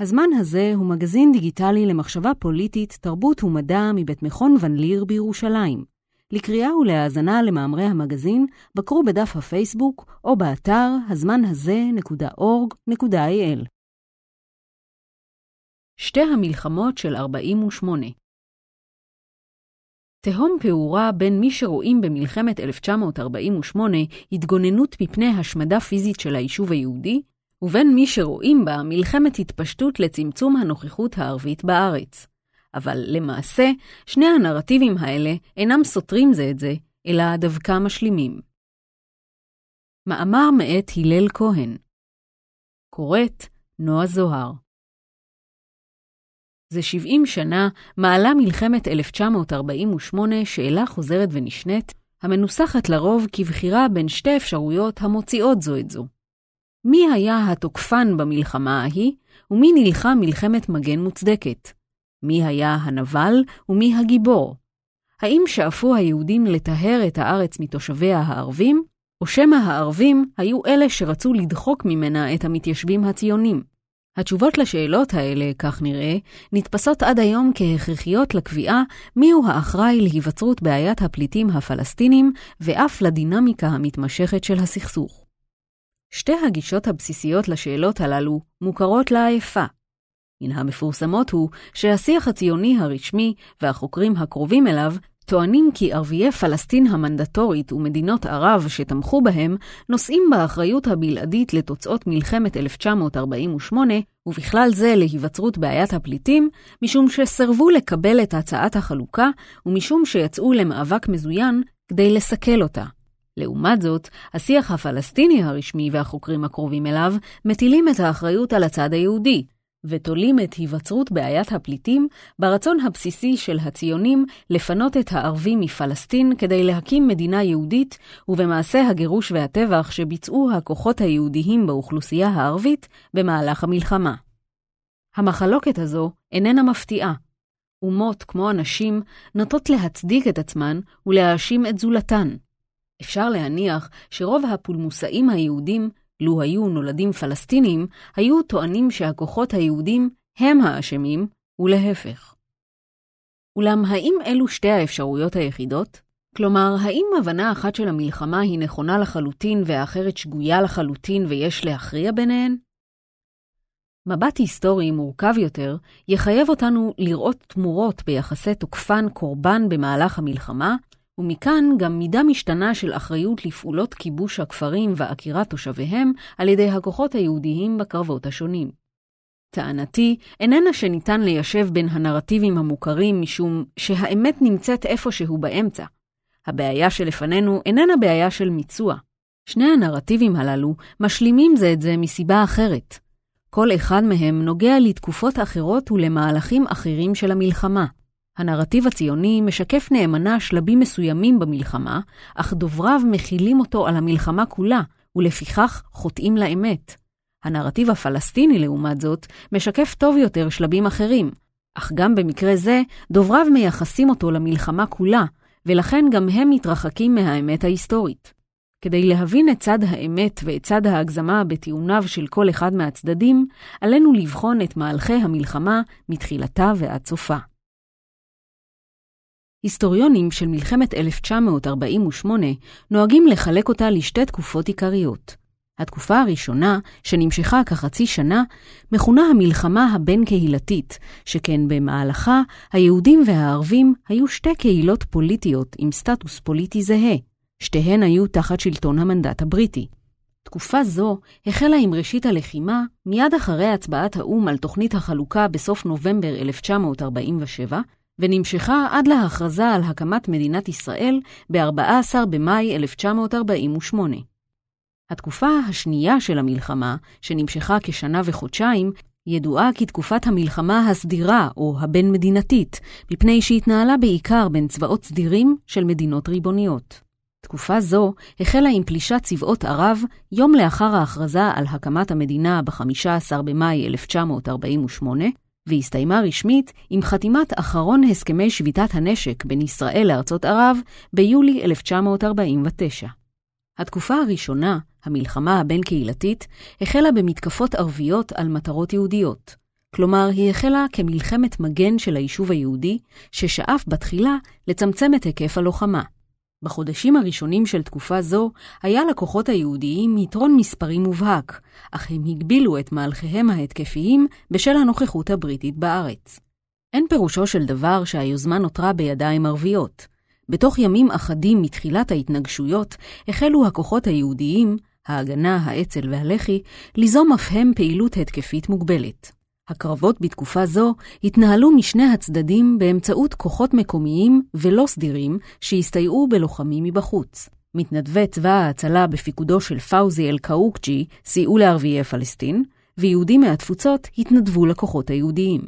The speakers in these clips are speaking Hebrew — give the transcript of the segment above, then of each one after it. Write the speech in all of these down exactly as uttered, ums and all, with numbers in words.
הזמן הזה הוא מגזין דיגיטלי למחשבה פוליטית, תרבות ומדע מבית מכון ון ליר בירושלים. לקריאה ולהאזנה למאמרי המגזין, בקרו בדף הפייסבוק או באתר הזמן הזה נקודה אורג נקודה איי אל. שתי המלחמות של ארבעים ושמונה. תהום פעורה בין מי שרואים במלחמת אלף תשע מאות ארבעים ושמונה התגוננות מפני השמדה פיזית של היישוב היהודי, ובין מי שרואים בה מלחמת התפשטות לצמצום הנוכחות הערבית בארץ. אבל למעשה, שני הנרטיבים האלה אינם סותרים זה את זה, אלא דווקא משלימים. מאמר מאת הלל כהן. קוראת נועה זוהר. זה שבעים שנה מעלה מלחמת אלף תשע מאות ארבעים ושמונה שאלה חוזרת ונשנית, המנוסחת לרוב כבחירה בין שתי אפשרויות המוציאות זו את זו. מי היה התוקפן במלחמה ההיא, ומי נלחם מלחמת מגן מוצדקת? מי היה הנבל ומי הגיבור? האם שאפו היהודים לטהר את הארץ מתושביה הערבים, או שמא הערבים היו אלה שרצו לדחוק ממנה את המתיישבים הציונים? התשובות לשאלות האלה, כך נראה, נתפסות עד היום כהכרחיות לקביעה מיהו האחראי להיווצרות בעיית הפליטים הפלסטינים ואף לדינמיקה המתמשכת של הסכסוך. שתי הגישות הבסיסיות לשאלות הללו מוכרות לעייפה. מן המפורסמות הוא שהשיח הציוני הרשמי והחוקרים הקרובים אליו טוענים כי ערביי פלסטין המנדטורית ומדינות ערב שתמכו בהם נושאים באחריות הבלעדית לתוצאות מלחמת אלף תשע מאות ארבעים ושמונה, ובכלל זה להיווצרות בעיית הפליטים, משום שסרבו לקבל את הצעת החלוקה ומשום שיצאו למאבק מזוין כדי לסכל אותה. לעומת זאת, השיח הפלסטיני הרשמי והחוקרים הקרובים אליו מטילים את האחריות על הצד היהודי, ותולים את היווצרות בעיית הפליטים ברצון הבסיסי של הציונים לפנות את הערבים מפלסטין כדי להקים מדינה יהודית, ובמעשה הגירוש והטבח שביצעו הכוחות היהודיים באוכלוסייה הערבית במהלך המלחמה. המחלוקת הזו איננה מפתיעה. אומות כמו אנשים נוטות להצדיק את עצמן ולהאשים את זולתן. אפשר להניח שרוב הפולמוסאים היהודים, לו היו נולדים פלסטינים, היו טוענים שהכוחות היהודים הם האשמים, ולהפך. אולם האם אלו שתי האפשרויות היחידות? כלומר, האם הבנה אחת של המלחמה היא נכונה לחלוטין והאחרת שגויה לחלוטין ויש להכריע ביניהן? מבט היסטורי מורכב יותר יחייב אותנו לראות תמורות ביחסי תוקפן קורבן במהלך המלחמה, ומכאן גם מידה משתנה של אחריות לפעולות כיבוש הכפרים ועקירת תושביהם על ידי הכוחות היהודיים בקרבות השונים. טענתי איננה שניתן ליישב בין הנרטיבים המוכרים משום שהאמת נמצאת איפשהו באמצע. הבעיה שלפנינו איננה בעיה של מיצוע. שני הנרטיבים הללו משלימים זה את זה מסיבה אחרת. כל אחד מהם נוגע לתקופות אחרות ולמהלכים אחרים של המלחמה. הנרטיב הציוני משקף נאמנה שלבים מסוימים במלחמה, אך דובריו מכילים אותו על המלחמה כולה, ולפיכך חוטאים לאמת. הנרטיב הפלסטיני, לעומת זאת, משקף טוב יותר שלבים אחרים, אך גם במקרה זה, דובריו מייחסים אותו למלחמה כולה, ולכן גם הם מתרחקים מהאמת ההיסטורית. כדי להבין את צד האמת ואת צד ההגזמה בטיעוניו של כל אחד מהצדדים, עלינו לבחון את מהלכי המלחמה מתחילתה ועד סופה. היסטוריונים של מלחמת אלף תשע מאות ארבעים ושמונה נוהגים לחלק אותה לשתי תקופות עיקריות. התקופה הראשונה, שנמשכה כחצי שנה, מכונה המלחמה הבין-קהילתית, שכן במהלכה היהודים והערבים היו שתי קהילות פוליטיות עם סטטוס פוליטי זהה, שתיהן היו תחת שלטון המנדט הבריטי. תקופה זו החלה עם ראשית הלחימה מיד אחרי הצבעת האום על תוכנית החלוקה בסוף נובמבר אלף תשע מאות ארבעים ושבע, ונמשכה עד להכרזה על הקמת מדינת ישראל ב-ארבעה עשר במאי אלף תשע מאות ארבעים ושמונה. התקופה השנייה של המלחמה, שנמשכה כשנה וחודשיים, ידועה כתקופת המלחמה הסדירה או הבין-מדינתית, מפני שהתנהלה בעיקר בין צבאות סדירים של מדינות ריבוניות. תקופה זו החלה עם פלישת צבאות ערב יום לאחר ההכרזה על הקמת המדינה ב-חמישה עשר במאי אלף תשע מאות ארבעים ושמונה, והסתיימה רשמית עם חתימת אחרון הסכמי שביתת הנשק בין ישראל לארצות ערב ביולי אלף תשע מאות ארבעים ותשע. התקופה הראשונה, המלחמה הבין-קהילתית, החלה במתקפות ערביות על מטרות יהודיות. כלומר היא החלה כמלחמת מגן של היישוב היהודי, ששאף בתחילה לצמצם את היקף הלוחמה. בחודשים הראשונים של תקופה זו היה לכוחות היהודיים יתרון מספרי מובהק, אך הם הגבילו את מהלכיהם ההתקפיים בשל הנוכחות הבריטית בארץ. אין פירושו של דבר שהיוזמה נותרה בידיים ערביות. בתוך ימים אחדים מתחילת ההתנגשויות החלו הכוחות היהודיים, ההגנה, האצ"ל והלח"י, ליזום אף הם פעילות התקפית מוגבלת. הקרבות בתקופה זו התנהלו משני הצדדים באמצעות כוחות מקומיים ולא סדירים שהסתייעו בלוחמים מבחוץ. מתנדבי צבא ההצלה בפיקודו של פאוזי אל-קאוקג'י סייעו לערביי פלסטין, ויהודים מהתפוצות התנדבו לכוחות היהודיים.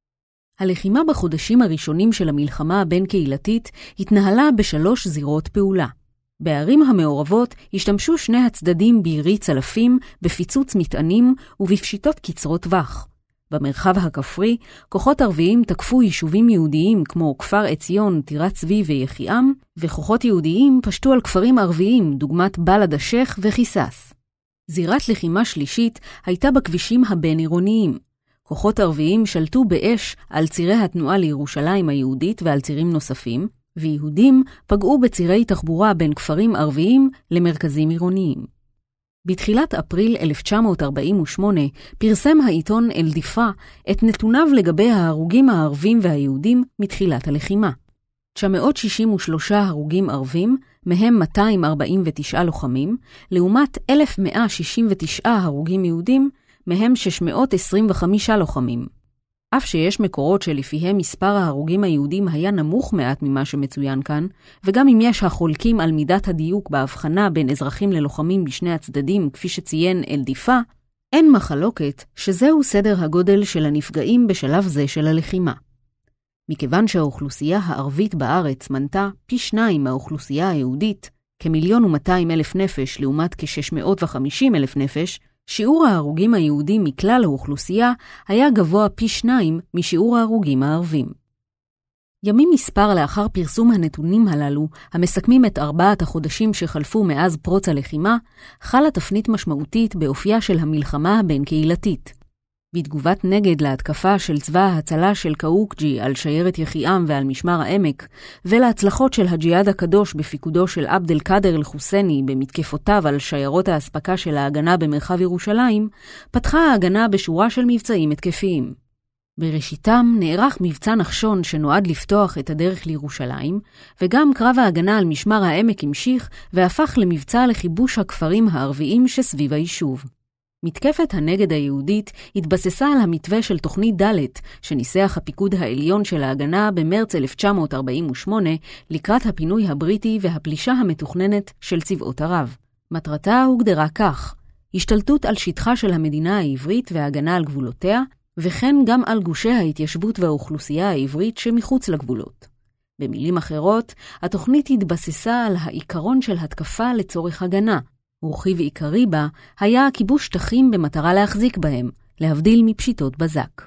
הלחימה בחודשים הראשונים של המלחמה הבין-קהילתית התנהלה בשלוש זירות פעולה. בערים המעורבות השתמשו שני הצדדים בירי צלפים, בפיצוץ מטענים ובפשיטות קצרות טווח. במרחב הכפרי, כוחות ערביים תקפו יישובים יהודיים כמו כפר עציון, טירת צבי ויחיעם, וכוחות יהודיים פשטו על כפרים ערביים דוגמת בלד השייח וחיסס. זירת לחימה שלישית הייתה בכבישים הבין-עירוניים. כוחות ערביים שלטו באש על צירי התנועה לירושלים היהודית ועל צירים נוספים, ויהודים פגעו בצירי תחבורה בין כפרים ערביים למרכזים עירוניים. בתחילת אפריל אלף תשע מאות ארבעים ושמונה פרסם העיתון אל-דיפה את נתוניו לגבי ההרוגים הערבים והיהודים מתחילת הלחימה. תשע מאות שישים ושלושה הרוגים ערבים, מהם מאתיים ארבעים ותשעה לוחמים, לעומת אלף מאה שישים ותשעה הרוגים יהודים, מהם שש מאות עשרים וחמישה לוחמים. אף שיש מקורות שלפיהם מספר ההרוגים היהודים היה נמוך מעט ממה שמצוין כאן, וגם אם יש החולקים על מידת הדיוק בהבחנה בין אזרחים ללוחמים בשני הצדדים, כפי שציין אל-דיפה, אין מחלוקת שזהו סדר הגודל של הנפגעים בשלב זה של הלחימה. מכיוון שהאוכלוסייה הערבית בארץ מנתה פי שניים מהאוכלוסייה היהודית, כמיליון ומאתיים אלף נפש לעומת כ-שש מאות וחמישים אלף נפש, שיעור ההרוגים היהודים מכלל האוכלוסייה היה גבוה פי שניים משיעור ההרוגים הערבים. ימים מספר לאחר פרסום הנתונים הללו, המסכמים את ארבעת החודשים שחלפו מאז פרוץ הלחימה, חלה תפנית משמעותית באופייה של המלחמה הבין-קהילתית. בתגובת נגד להתקפה של צבא ההצלה של קאוקג'י על שיירת יחיעם ועל משמר העמק, ולהצלחות של הג'יהאד הקדוש בפיקודו של עבד אל-קאדר אל-חוסייני במתקפותיו על שיירות ההספקה של ההגנה במרחב ירושלים, פתחה ההגנה בשורה של מבצעים התקפיים. בראשיתם נערך מבצע נחשון שנועד לפתוח את הדרך לירושלים, וגם קרב ההגנה על משמר העמק המשיך והפך למבצע לכיבוש הכפרים הערביים שסביב היישוב. מתקפת הנגד היהודית התבססה על המתווה של תוכנית ד' שניסח הפיקוד העליון של ההגנה במרץ אלף תשע מאות ארבעים ושמונה לקראת הפינוי הבריטי והפלישה המתוכננת של צבאות ערב. מטרתה הוגדרה כך: השתלטות על שטחה של המדינה העברית וההגנה על גבולותיה, וכן גם על גושי ההתיישבות והאוכלוסייה העברית שמחוץ לגבולות. במילים אחרות, התוכנית התבססה על העיקרון של התקפה לצורך הגנה, ורכיב עיקרי בה היה כיבוש שטחים במטרה להחזיק בהם, להבדיל מפשיטות בזק.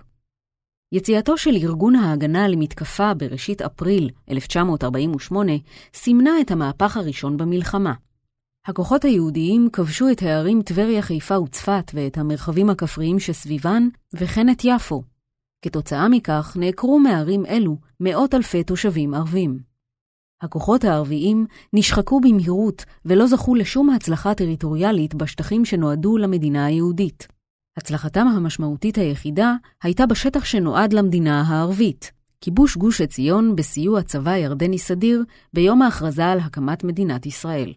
יציאתו של ארגון ההגנה למתקפה בראשית אפריל אלף תשע מאות ארבעים ושמונה סימנה את המהפך הראשון במלחמה. הכוחות היהודיים כבשו את הערים טבריה, חיפה וצפת ואת המרחבים הכפריים שסביבן, וכן את יפו. כתוצאה מכך נעקרו מערים אלו מאות אלפי תושבים ערבים. הכוחות הערביים נשחקו במהירות ולא זכו לשום הצלחה טריטוריאלית בשטחים שנועדו למדינה היהודית. הצלחתם המשמעותית היחידה הייתה בשטח שנועד למדינה הערבית, כיבוש גוש עציון בסיוע צבא ירדני סדיר ביום ההכרזה על הקמת מדינת ישראל.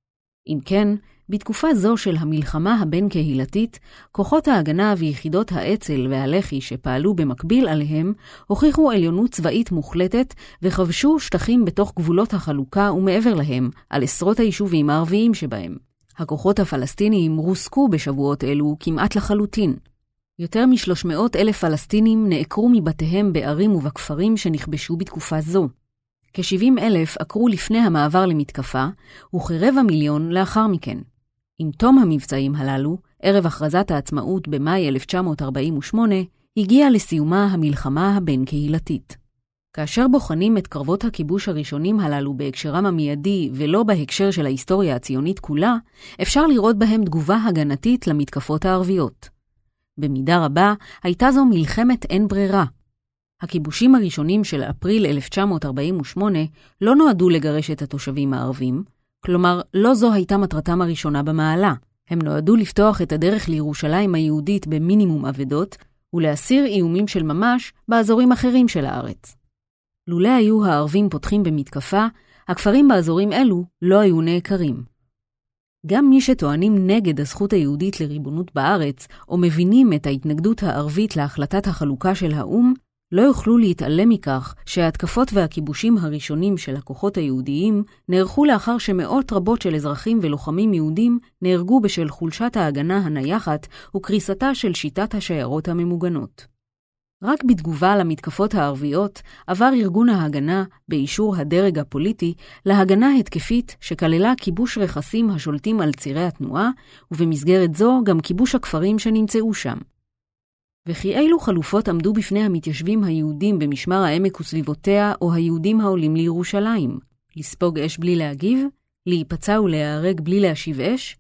אם כן, בתקופה זו של המלחמה הבין-קהילתית, כוחות ההגנה ויחידות האצ"ל והלח"י שפעלו במקביל עליהם, הוכיחו עליונות צבאית מוחלטת וכבשו שטחים בתוך גבולות החלוקה ומעבר להם, על עשרות היישובים הערביים שבהם. הכוחות הפלסטיניים רוסקו בשבועות אלו כמעט לחלוטין. יותר מ-שלוש מאות אלף פלסטינים נעקרו מבתיהם בערים ובכפרים שנכבשו בתקופה זו. כ-שבעים אלף עקרו לפני המעבר למתקפה, וכרבע מיליון לאחר מכן. עם תום המבצעים הללו, ערב הכרזת העצמאות במאי אלף תשע מאות ארבעים ושמונה, הגיעה לסיומה המלחמה הבין-קהילתית. כאשר בוחנים את קרבות הכיבוש הראשונים הללו בהקשרם המיידי ולא בהקשר של ההיסטוריה הציונית כולה, אפשר לראות בהם תגובה הגנתית למתקפות הערביות. במידה רבה הייתה זו מלחמת אין ברירה. הכיבושים הראשונים של אפריל אלף תשע מאות ארבעים ושמונה לא נועדו לגרש את התושבים הערבים, כלומר לא זו הייתה מטרתם הראשונה במעלה. הם נועדו לפתוח את הדרך לירושלים היהודית במינימום עבדות, ולהסיר איומים של ממש באזורים אחרים של הארץ. לולא היו הערבים פותחים במתקפה, הכפרים באזורים אלו לא היו נעקרים. גם מי שטוענים נגד הזכות היהודית לריבונות בארץ, או מבינים את ההתנגדות הערבית להחלטת החלוקה של האום, לא יוכלו להתעלם מכך שההתקפות והכיבושים הראשונים של הכוחות היהודיים נערכו לאחר שמאות רבות של אזרחים ולוחמים יהודים נהרגו בשל חולשת ההגנה הנייחת וקריסתה של שיטת השיירות הממוגנות. רק בתגובה למתקפות הערביות עבר ארגון ההגנה, באישור הדרג הפוליטי, להגנה התקפית שכללה כיבוש רכסים השולטים על צירי התנועה, ובמסגרת זו גם כיבוש הכפרים שנמצאו שם. וכי אילו חלופות עמדו בפני המתיישבים היהודים במשמר העמק וסביבותיה או היהודים העולים לירושלים? לספוג אש בלי להגיב? להיפצע ולהיהרג בלי להשיב אש?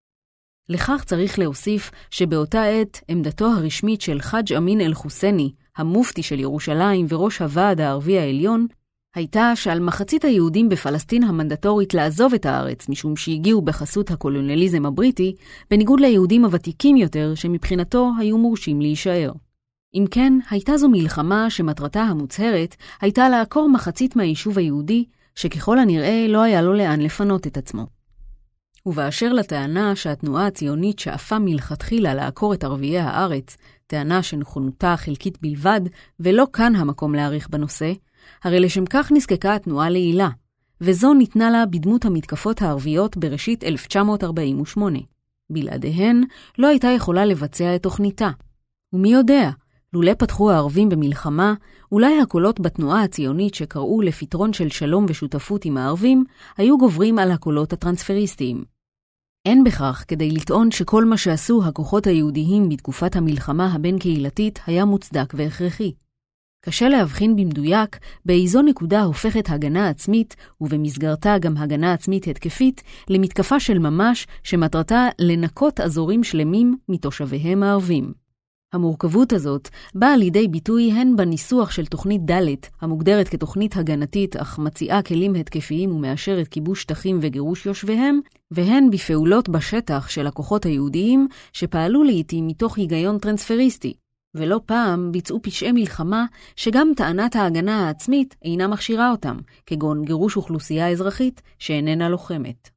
לכך צריך להוסיף שבאותה עת עמדתו הרשמית של חאג' אמין אל-חוסייני, המופתי של ירושלים וראש הוועד הערבי העליון, הייתה שעל מחצית היהודים בפלסטין המנדטורית לעזוב את הארץ משום שהגיעו בחסות הקולוניאליזם הבריטי, בניגוד ליהודים הוותיקים יותר שמבחינתו היו מורשים להישאר. אם כן, הייתה זו מלחמה שמטרתה המוצהרת הייתה לעקור מחצית מהיישוב היהודי, שככל הנראה לא היה לו לאן לפנות את עצמו. ובאשר לטענה שהתנועה הציונית שאפה מלכתחילה לעקור את ערביי הארץ, טענה שנכונותה חלקית בלבד, ולא כאן המקום להעריך בנושא, הרי לשם כך נזקקה התנועה לעילה, וזו ניתנה לה בדמות המתקפות הערביות בראשית אלף תשע מאות ארבעים ושמונה. בלעדיהן לא הייתה יכולה לבצע את תוכניתה. ומי יודע, לולא פתחו הערבים במלחמה, אולי הקולות בתנועה הציונית שקראו לפתרון של שלום ושותפות עם הערבים, היו גוברים על הקולות הטרנספריסטיים. אין בכך כדי לטעון שכל מה שעשו הכוחות היהודיים בתקופת המלחמה הבין-קהילתית היה מוצדק והכרחי. קשה להבחין במדויק באיזו נקודה הופכת הגנה עצמית, ובמסגרתה גם הגנה עצמית התקפית, למתקפה של ממש שמטרתה לנקות אזורים שלמים מתושביהם הערבים. המורכבות הזאת באה לידי ביטוי הן בניסוח של תוכנית ד' המוגדרת כתוכנית הגנתית אך מציעה כלים התקפיים ומאשרת כיבוש שטחים וגירוש יושביהם, והן בפעולות בשטח של הכוחות היהודיים שפעלו לעתים מתוך היגיון טרנספריסטי, ולא פעם ביצעו פשעי מלחמה שגם טענת ההגנה העצמית אינה מכשירה אותם, כגון גירוש אוכלוסייה אזרחית שאיננה לוחמת.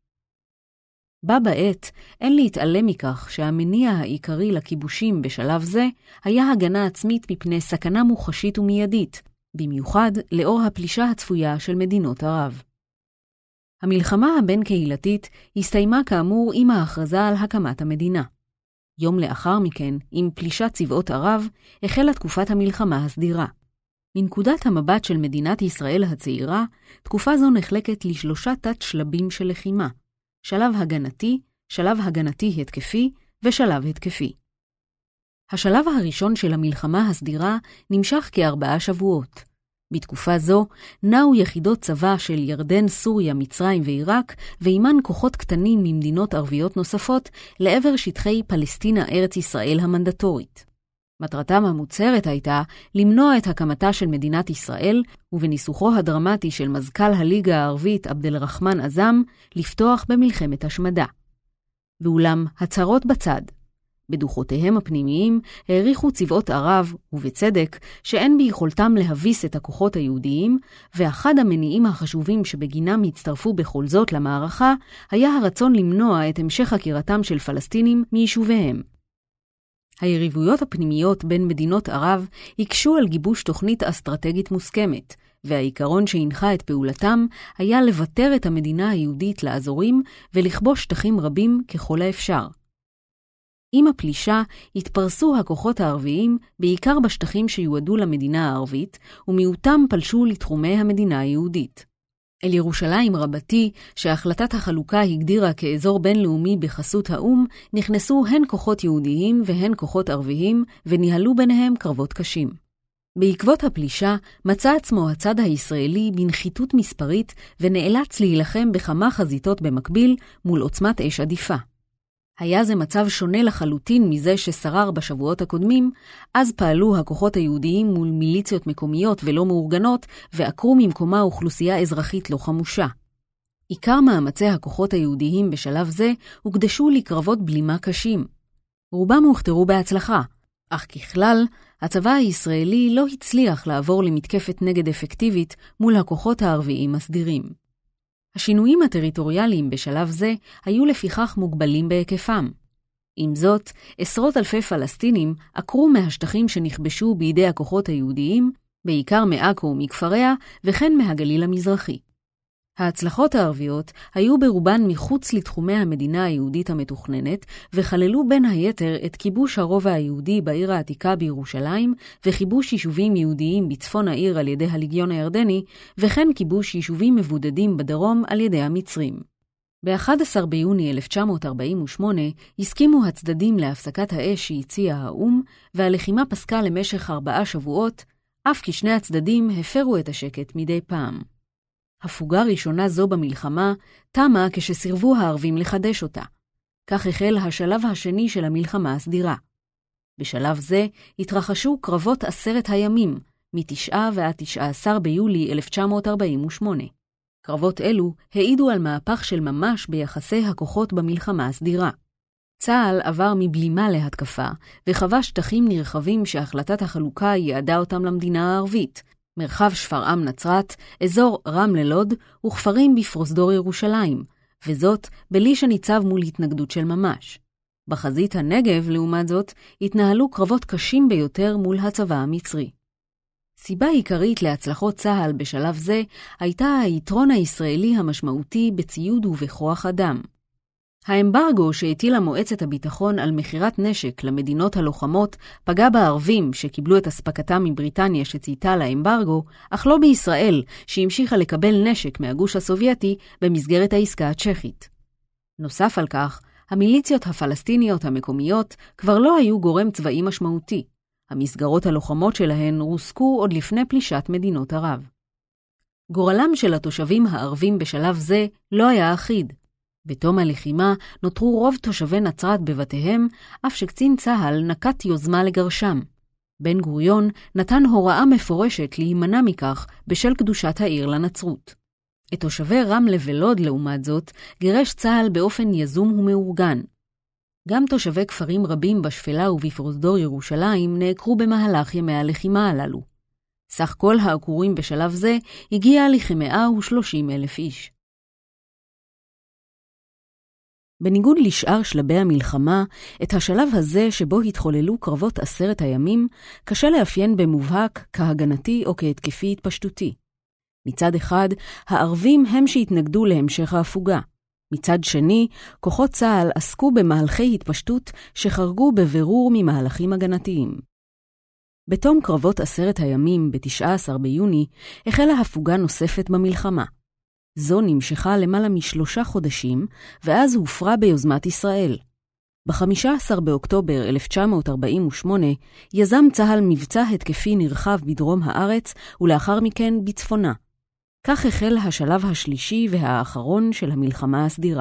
בה בעת אין להתעלם מכך שהמניע העיקרי לכיבושים בשלב זה היה הגנה עצמית מפני סכנה מוחשית ומיידית, במיוחד לאור הפלישה הצפויה של מדינות ערב. המלחמה הבין-קהילתית הסתיימה כאמור עם ההכרזה על הקמת המדינה. יום לאחר מכן, עם פלישת צבאות ערב, החלה תקופת המלחמה הסדירה. מנקודת המבט של מדינת ישראל הצעירה, תקופה זו נחלקת לשלושה תת שלבים של לחימה. שלב הגנתי, שלב הגנתי התקפי ושלב התקפי. השלב הראשון של המלחמה הסדירה נמשך כארבעה שבועות. בתקופה זו נעו יחידות צבא של ירדן, סוריה, מצרים ועיראק, ועימן כוחות קטנים ממדינות ערביות נוספות לעבר שטחי פלסטינה ארץ ישראל המנדטורית. מטרתם המוצהרת הייתה למנוע את הקמתה של מדינת ישראל, ובניסוחו הדרמטי של מזכ"ל הליגה הערבית עבד אל-רחמן עזאם, לפתוח במלחמת השמדה. ואולם, הצהרות בצד. בדוחותיהם הפנימיים העריכו צבאות ערב, ובצדק, שאין ביכולתם להביס את הכוחות היהודיים, ואחד המניעים החשובים שבגינם הצטרפו בכל זאת למערכה, היה הרצון למנוע את המשך חקירתם של פלסטינים מיישוביהם. היריבויות הפנימיות בין מדינות ערב הקשו על גיבוש תוכנית אסטרטגית מוסכמת, והעיקרון שהנחה את פעולתם היה לוותר את המדינה היהודית לאזורים ולכבוש שטחים רבים ככל האפשר. עם הפלישה התפרסו הכוחות הערביים בעיקר בשטחים שיועדו למדינה הערבית, ומיעוטם פלשו לתחומי המדינה היהודית. אל ירושלים רבתי, שהחלטת החלוקה הגדירה כאזור בינלאומי בחסות האום, נכנסו הן כוחות יהודיים והן כוחות ערביים, וניהלו ביניהם קרבות קשים. בעקבות הפלישה מצא עצמו הצד הישראלי בנחיתות מספרית, ונאלץ להילחם בכמה חזיתות במקביל מול עוצמת אש עדיפה. היה זה מצב שונה לחלוטין מזה ששרר בשבועות הקודמים, אז פעלו הכוחות היהודיים מול מיליציות מקומיות ולא מאורגנות, ועקרו ממקומה אוכלוסייה אזרחית לא חמושה. עיקר מאמצי הכוחות היהודיים בשלב זה הוקדשו לקרבות בלימה קשים. רובם הוכתרו בהצלחה, אך ככלל, הצבא הישראלי לא הצליח לעבור למתקפת נגד אפקטיבית מול הכוחות הערביים הסדירים. השינויים הטריטוריאליים בשלב זה היו לפיכך מוגבלים בהיקפם. עם זאת, עשרות אלפי פלסטינים עקרו מהשטחים שנכבשו בידי הכוחות היהודיים, בעיקר מעכו ומכפריה וכן מהגליל המזרחי. ההצלחות הערביות היו ברובן מחוץ לתחומי המדינה היהודית המתוכננת, וכללו בין היתר את כיבוש הרובע היהודי בעיר העתיקה בירושלים, וכיבוש יישובים יהודיים בצפון העיר על ידי הליגיון הירדני, וכן כיבוש יישובים מבודדים בדרום על ידי המצרים. ב-אחד עשר ביוני אלף תשע מאות ארבעים ושמונה הסכימו הצדדים להפסקת האש שהציע האו"ם, והלחימה פסקה למשך ארבעה שבועות, אף כי שני הצדדים הפרו את השקט מדי פעם. הפוגה ראשונה זו במלחמה תמה כשסירבו הערבים לחדש אותה. כך החל השלב השני של המלחמה הסדירה. בשלב זה התרחשו קרבות עשרת הימים, מתשעה ועד תשעה עשר ביולי אלף תשע מאות ארבעים ושמונה. קרבות אלו העידו על מהפך של ממש ביחסי הכוחות במלחמה הסדירה. צה"ל עבר מבלימה להתקפה, וחווה שטחים נרחבים שהחלטת החלוקה יעדה אותם למדינה הערבית, מרחב שפרעם נצרת, אזור רמלה לוד וכפרים בפרוזדור ירושלים, וזאת בלי שניצב מול התנגדות של ממש. בחזית הנגב, לעומת זאת, התנהלו קרבות קשים ביותר מול הצבא המצרי. סיבה עיקרית להצלחות צה"ל בשלב זה הייתה היתרון הישראלי המשמעותי בציוד ובכוח אדם. האמברגו שהטילה מועצת הביטחון על מחירת נשק למדינות הלוחמות פגע בערבים שקיבלו את הספקתם מבריטניה שצייתה לאמברגו, אך לא בישראל שהמשיכה לקבל נשק מהגוש הסובייטי במסגרת העסקה הצ'כית. נוסף על כך, המיליציות הפלסטיניות המקומיות כבר לא היו גורם צבאי משמעותי. המסגרות הלוחמות שלהן רוסקו עוד לפני פלישת מדינות ערב. גורלם של התושבים הערבים בשלב זה לא היה אחיד. בתום הלחימה נותרו רוב תושבי נצרת בבתיהם, אף שקצין צה"ל נקט יוזמה לגרשם. בן גוריון נתן הוראה מפורשת להימנע מכך בשל קדושת העיר לנצרות. את תושבי רמלה ולוד לעומת זאת גירש צה"ל באופן יזום ומאורגן. גם תושבי כפרים רבים בשפלה ובפרוזדור ירושלים נעקרו במהלך ימי הלחימה הללו. סך כל העקורים בשלב זה הגיע לכ-מאה ושלושים אלף איש. בניגוד לשאר שלבי המלחמה, את השלב הזה שבו התחוללו קרבות עשרת הימים, קשה לאפיין במובהק כהגנתי או כהתקפי התפשטותי. מצד אחד, הערבים הם שהתנגדו להמשך ההפוגה. מצד שני, כוחות צה"ל עסקו במהלכי התפשטות שחרגו בבירור ממהלכים הגנתיים. בתום קרבות עשרת הימים ב-תשעה עשר ביוני, החלה הפוגה נוספת במלחמה. זו נמשכה למעלה משלושה חודשים, ואז הופרה ביוזמת ישראל. ב-חמישה עשר באוקטובר אלף תשע מאות ארבעים ושמונה יזם צה"ל מבצע התקפי נרחב בדרום הארץ, ולאחר מכן בצפונה. כך החל השלב השלישי והאחרון של המלחמה הסדירה.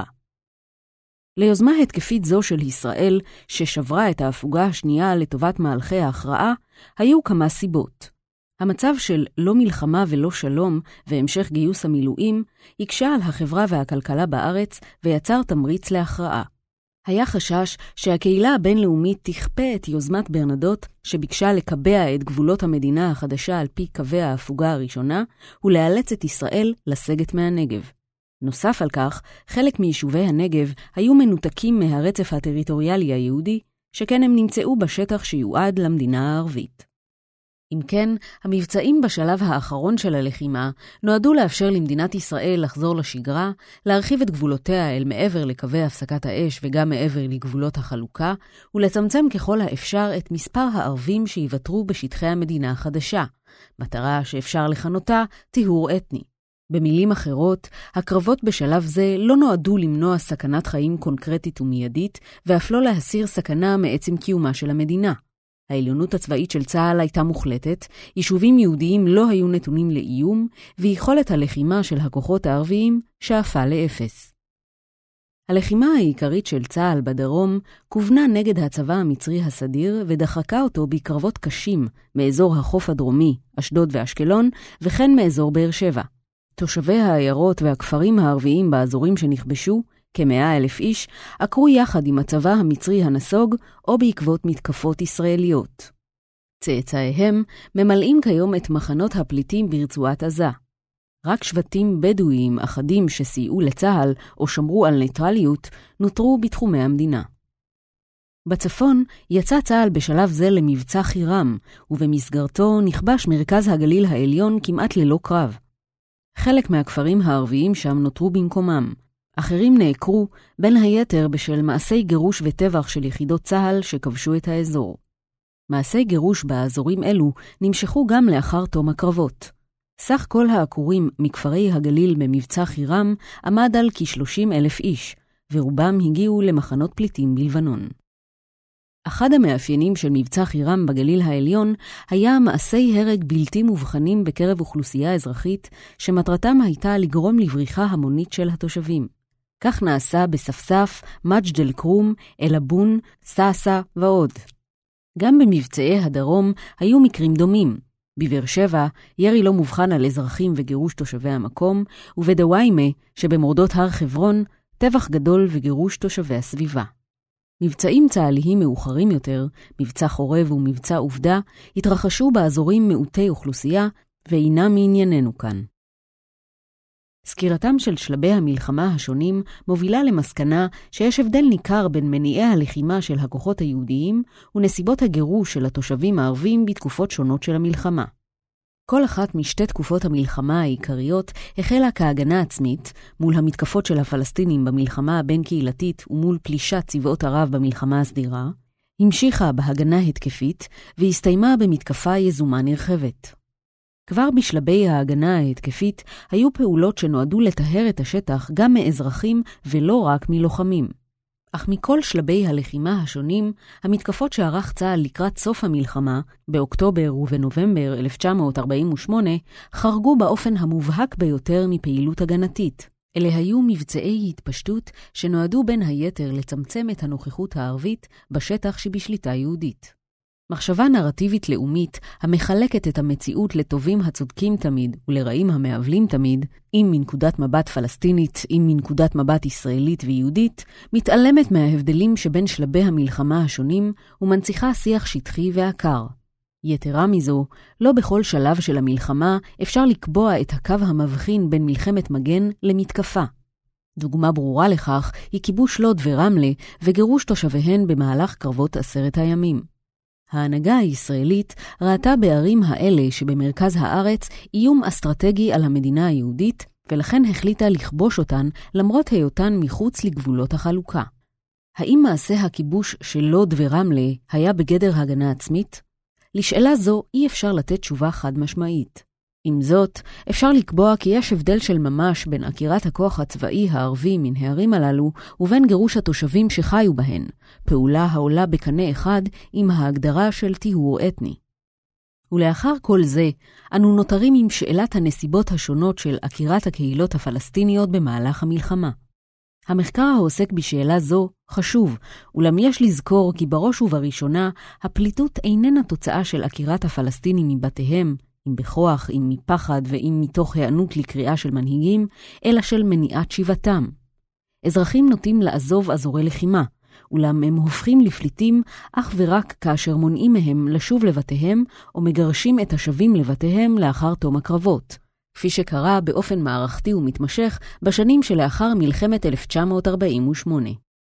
ליוזמה התקפית זו של ישראל, ששברה את ההפוגה השנייה לטובת מהלכי ההכרעה, היו כמה סיבות. המצב של לא מלחמה ולא שלום והמשך גיוס המילואים הקשה על החברה והכלכלה בארץ ויצר תמריץ להכרעה. היה חשש שהקהילה הבינלאומית תכפה את יוזמת ברנדוט שביקשה לקבע את גבולות המדינה החדשה על פי קווי ההפוגה הראשונה ולאלץ את ישראל לסגת מהנגב. נוסף על כך, חלק מיישובי הנגב היו מנותקים מהרצף הטריטוריאלי היהודי, שכן הם נמצאו בשטח שיועד למדינה הערבית. אם כן, המבצעים בשלב האחרון של הלחימה נועדו לאפשר למדינת ישראל לחזור לשגרה, להרחיב את גבולותיה אל מעבר לקווי הפסקת האש וגם מעבר לגבולות החלוקה, ולצמצם ככל האפשר את מספר הערבים שיוותרו בשטחי המדינה החדשה, מטרה שאפשר לכנותה טיהור אתני. במילים אחרות, הקרבות בשלב זה לא נועדו למנוע סכנת חיים קונקרטית ומיידית, ואף לא להסיר סכנה מעצם קיומה של המדינה. העליונות הצבאית של צה"ל הייתה מוחלטת, יישובים יהודיים לא היו נתונים לאיום, ויכולת הלחימה של הכוחות הערביים שאפה לאפס. הלחימה העיקרית של צה"ל בדרום כוונה נגד הצבא המצרי הסדיר ודחקה אותו בקרבות קשים מאזור החוף הדרומי, אשדוד ואשקלון, וכן מאזור באר שבע. תושבי העיירות והכפרים הערביים באזורים שנכבשו, כמאה אלף איש, עקרו יחד עם הצבא המצרי הנסוג או בעקבות מתקפות ישראליות. צאצאיהם ממלאים כיום את מחנות הפליטים ברצועת עזה. רק שבטים בדואיים אחדים שסייעו לצה"ל או שמרו על ניטרליות נותרו בתחומי המדינה. בצפון יצא צה"ל בשלב זה למבצע חירם, ובמסגרתו נכבש מרכז הגליל העליון כמעט ללא קרב. חלק מהכפרים הערביים שם נותרו במקומם. אחרים נעקרו בין היתר בשל מעשי גירוש וטבח של יחידות צה"ל שכבשו את האזור. מעשי גירוש באזורים אלו נמשכו גם לאחר תום הקרבות. סך כל העקורים מכפרי הגליל במבצע חירם עמד על כ-שלושים אלף איש, ורובם הגיעו למחנות פליטים בלבנון. אחד המאפיינים של מבצע חירם בגליל העליון היה מעשי הרג בלתי מובחנים בקרב אוכלוסייה אזרחית, שמטרתם הייתה לגרום לבריחה המונית של התושבים. כך נעשה בספסף, מג'ד אל-כרום, אל-אבון, סעסע ועוד. גם במבצעי הדרום היו מקרים דומים. בבאר שבע, ירי לא מובחן על אזרחים וגירוש תושבי המקום, ובדוויימה, שבמורדות הר חברון, טבח גדול וגירוש תושבי הסביבה. מבצעים צה"ליים מאוחרים יותר, מבצע חורב ומבצע עובדה, התרחשו באזורים מעוטי אוכלוסייה, ואינם מענייננו כאן. סקירתם של שלבי המלחמה השונים מובילה למסקנה שיש הבדל ניכר בין מניעי הלחימה של הכוחות היהודיים ונסיבות הגירוש של התושבים הערבים בתקופות שונות של המלחמה. כל אחת משתי תקופות המלחמה העיקריות החלה כהגנה עצמית מול המתקפות של הפלסטינים במלחמה הבין-קהילתית ומול פלישת צבאות ערב במלחמה הסדירה, המשיכה בהגנה התקפית והסתיימה במתקפה יזומה נרחבת. כבר בשלבי ההגנה ההתקפית היו פעולות שנועדו לטהר את השטח גם מאזרחים ולא רק מלוחמים. אך מכל שלבי הלחימה השונים, המתקפות שערך צה"ל לקראת סוף המלחמה, באוקטובר ובנובמבר אלף תשע מאות ארבעים ושמונה, חרגו באופן המובהק ביותר מפעילות הגנתית. אלה היו מבצעי התפשטות שנועדו בין היתר לצמצם את הנוכחות הערבית בשטח שבשליטה יהודית. מחשבה נרטיבית לאומית המחלקת את המציאות לטובים הצודקים תמיד ולרעים המעבלים תמיד, אם מנקודת מבט פלסטינית, אם מנקודת מבט ישראלית ויהודית, מתעלמת מההבדלים שבין שלבי המלחמה השונים ומנציחה שיח שטחי ועקר. יתרה מזו, לא בכל שלב של המלחמה אפשר לקבוע את הקו המבחין בין מלחמת מגן למתקפה. דוגמה ברורה לכך היא כיבוש לוד ורמלה וגירוש תושביהן במהלך קרבות עשרת הימים. ההנהגה הישראלית ראתה בערים האלה שבמרכז הארץ איום אסטרטגי על המדינה היהודית, ולכן החליטה לכבוש אותן למרות היותן מחוץ לגבולות החלוקה. האם מעשה הכיבוש של לוד ורמלה היה בגדר הגנה עצמית? לשאלה זו אי אפשר לתת תשובה חד משמעית. עם זאת, אפשר לקבוע כי יש הבדל של ממש בין עקירת הכוח הצבאי הערבי מן הערים הללו ובין גירוש התושבים שחיו בהן, פעולה העולה בקנה אחד עם ההגדרה של טיהור אתני. ולאחר כל זה, אנו נותרים עם שאלת הנסיבות השונות של עקירת הקהילות הפלסטיניות במהלך המלחמה. המחקר העוסק בשאלה זו חשוב, אולם יש לזכור כי בראש ובראשונה הפליטות איננה תוצאה של עקירת הפלסטינים מבתיהם, אם בכוח, אם מפחד ואם מתוך הענות לקריאה של מנהיגים, אלא של מניעת שיבתם. אזרחים נוטים לעזוב אזורי לחימה, אולם הם הופכים לפליטים אך ורק כאשר מונעים מהם לשוב לבתיהם או מגרשים את השבים לבתיהם לאחר תום הקרבות, כפי שקרה באופן מערכתי ומתמשך בשנים שלאחר מלחמת אלף תשע מאות ארבעים ושמונה.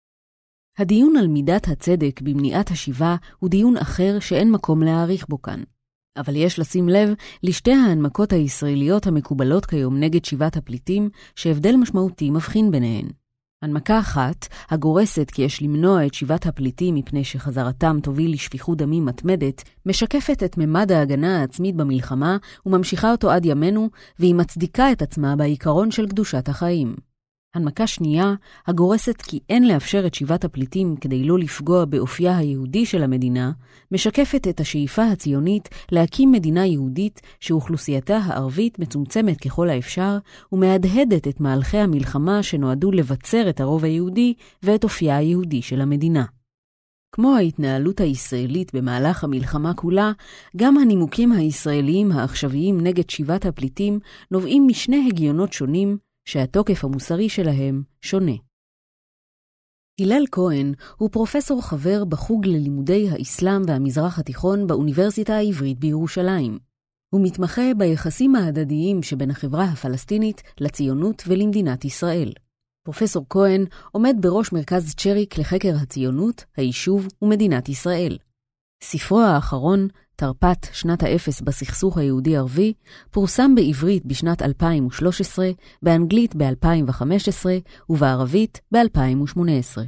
הדיון על מידת הצדק במניעת השיבה הוא דיון אחר שאין מקום להעריך בו כאן. אבל יש לשים לב לשתי ההנמקות הישראליות המקובלות כיום נגד שיבת הפליטים, שהבדל משמעותי מבחין ביניהן. הנמקה אחת, הגורסת כי יש למנוע את שיבת הפליטים מפני שחזרתם תוביל לשפיכות דמים מתמדת, משקפת את ממד ההגנה העצמית במלחמה וממשיכה אותו עד ימינו, והיא מצדיקה את עצמה בעיקרון של קדושת החיים. הנמקה שנייה, הגורסת כי אין לאפשר את שיבת הפליטים כדי לא לפגוע באופייה היהודי של המדינה, משקפת את השאיפה הציונית להקים מדינה יהודית שאוכלוסייתה הערבית מצומצמת ככל האפשר, ומהדהדת את מהלכי המלחמה שנועדו לבצר את הרוב היהודי ואת אופייה היהודי של המדינה. כמו ההתנהלות הישראלית במהלך המלחמה כולה, גם הנימוקים הישראליים העכשוויים נגד שיבת הפליטים נובעים משני הגיונות שונים, שהתוקף המוסרי שלהם שונה. הלל כהן הוא פרופסור חבר בחוג ללימודי האסלאם והמזרח התיכון באוניברסיטה העברית בירושלים. הוא מתמחה ביחסים ההדדיים שבין החברה הפלסטינית לציונות ולמדינת ישראל. פרופסור כהן עומד בראש מרכז צ'ריק לחקר הציונות, היישוב ומדינת ישראל. ספרו האחרון, תרפ"ט שנת האפס בסכסוך היהודי-ערבי, פורסם בעברית בשנת אלפיים ושלוש עשרה, באנגלית ב-אלפיים וחמש עשרה ובערבית ב-אלפיים ושמונה עשרה.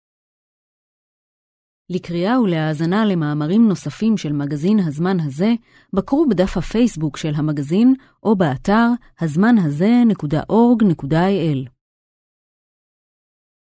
לקריאה ולהאזנה למאמרים נוספים של מגזין הזמן הזה, בקרו בדף הפייסבוק של המגזין או באתר הזמן הזה נקודה אורג נקודה איי אל.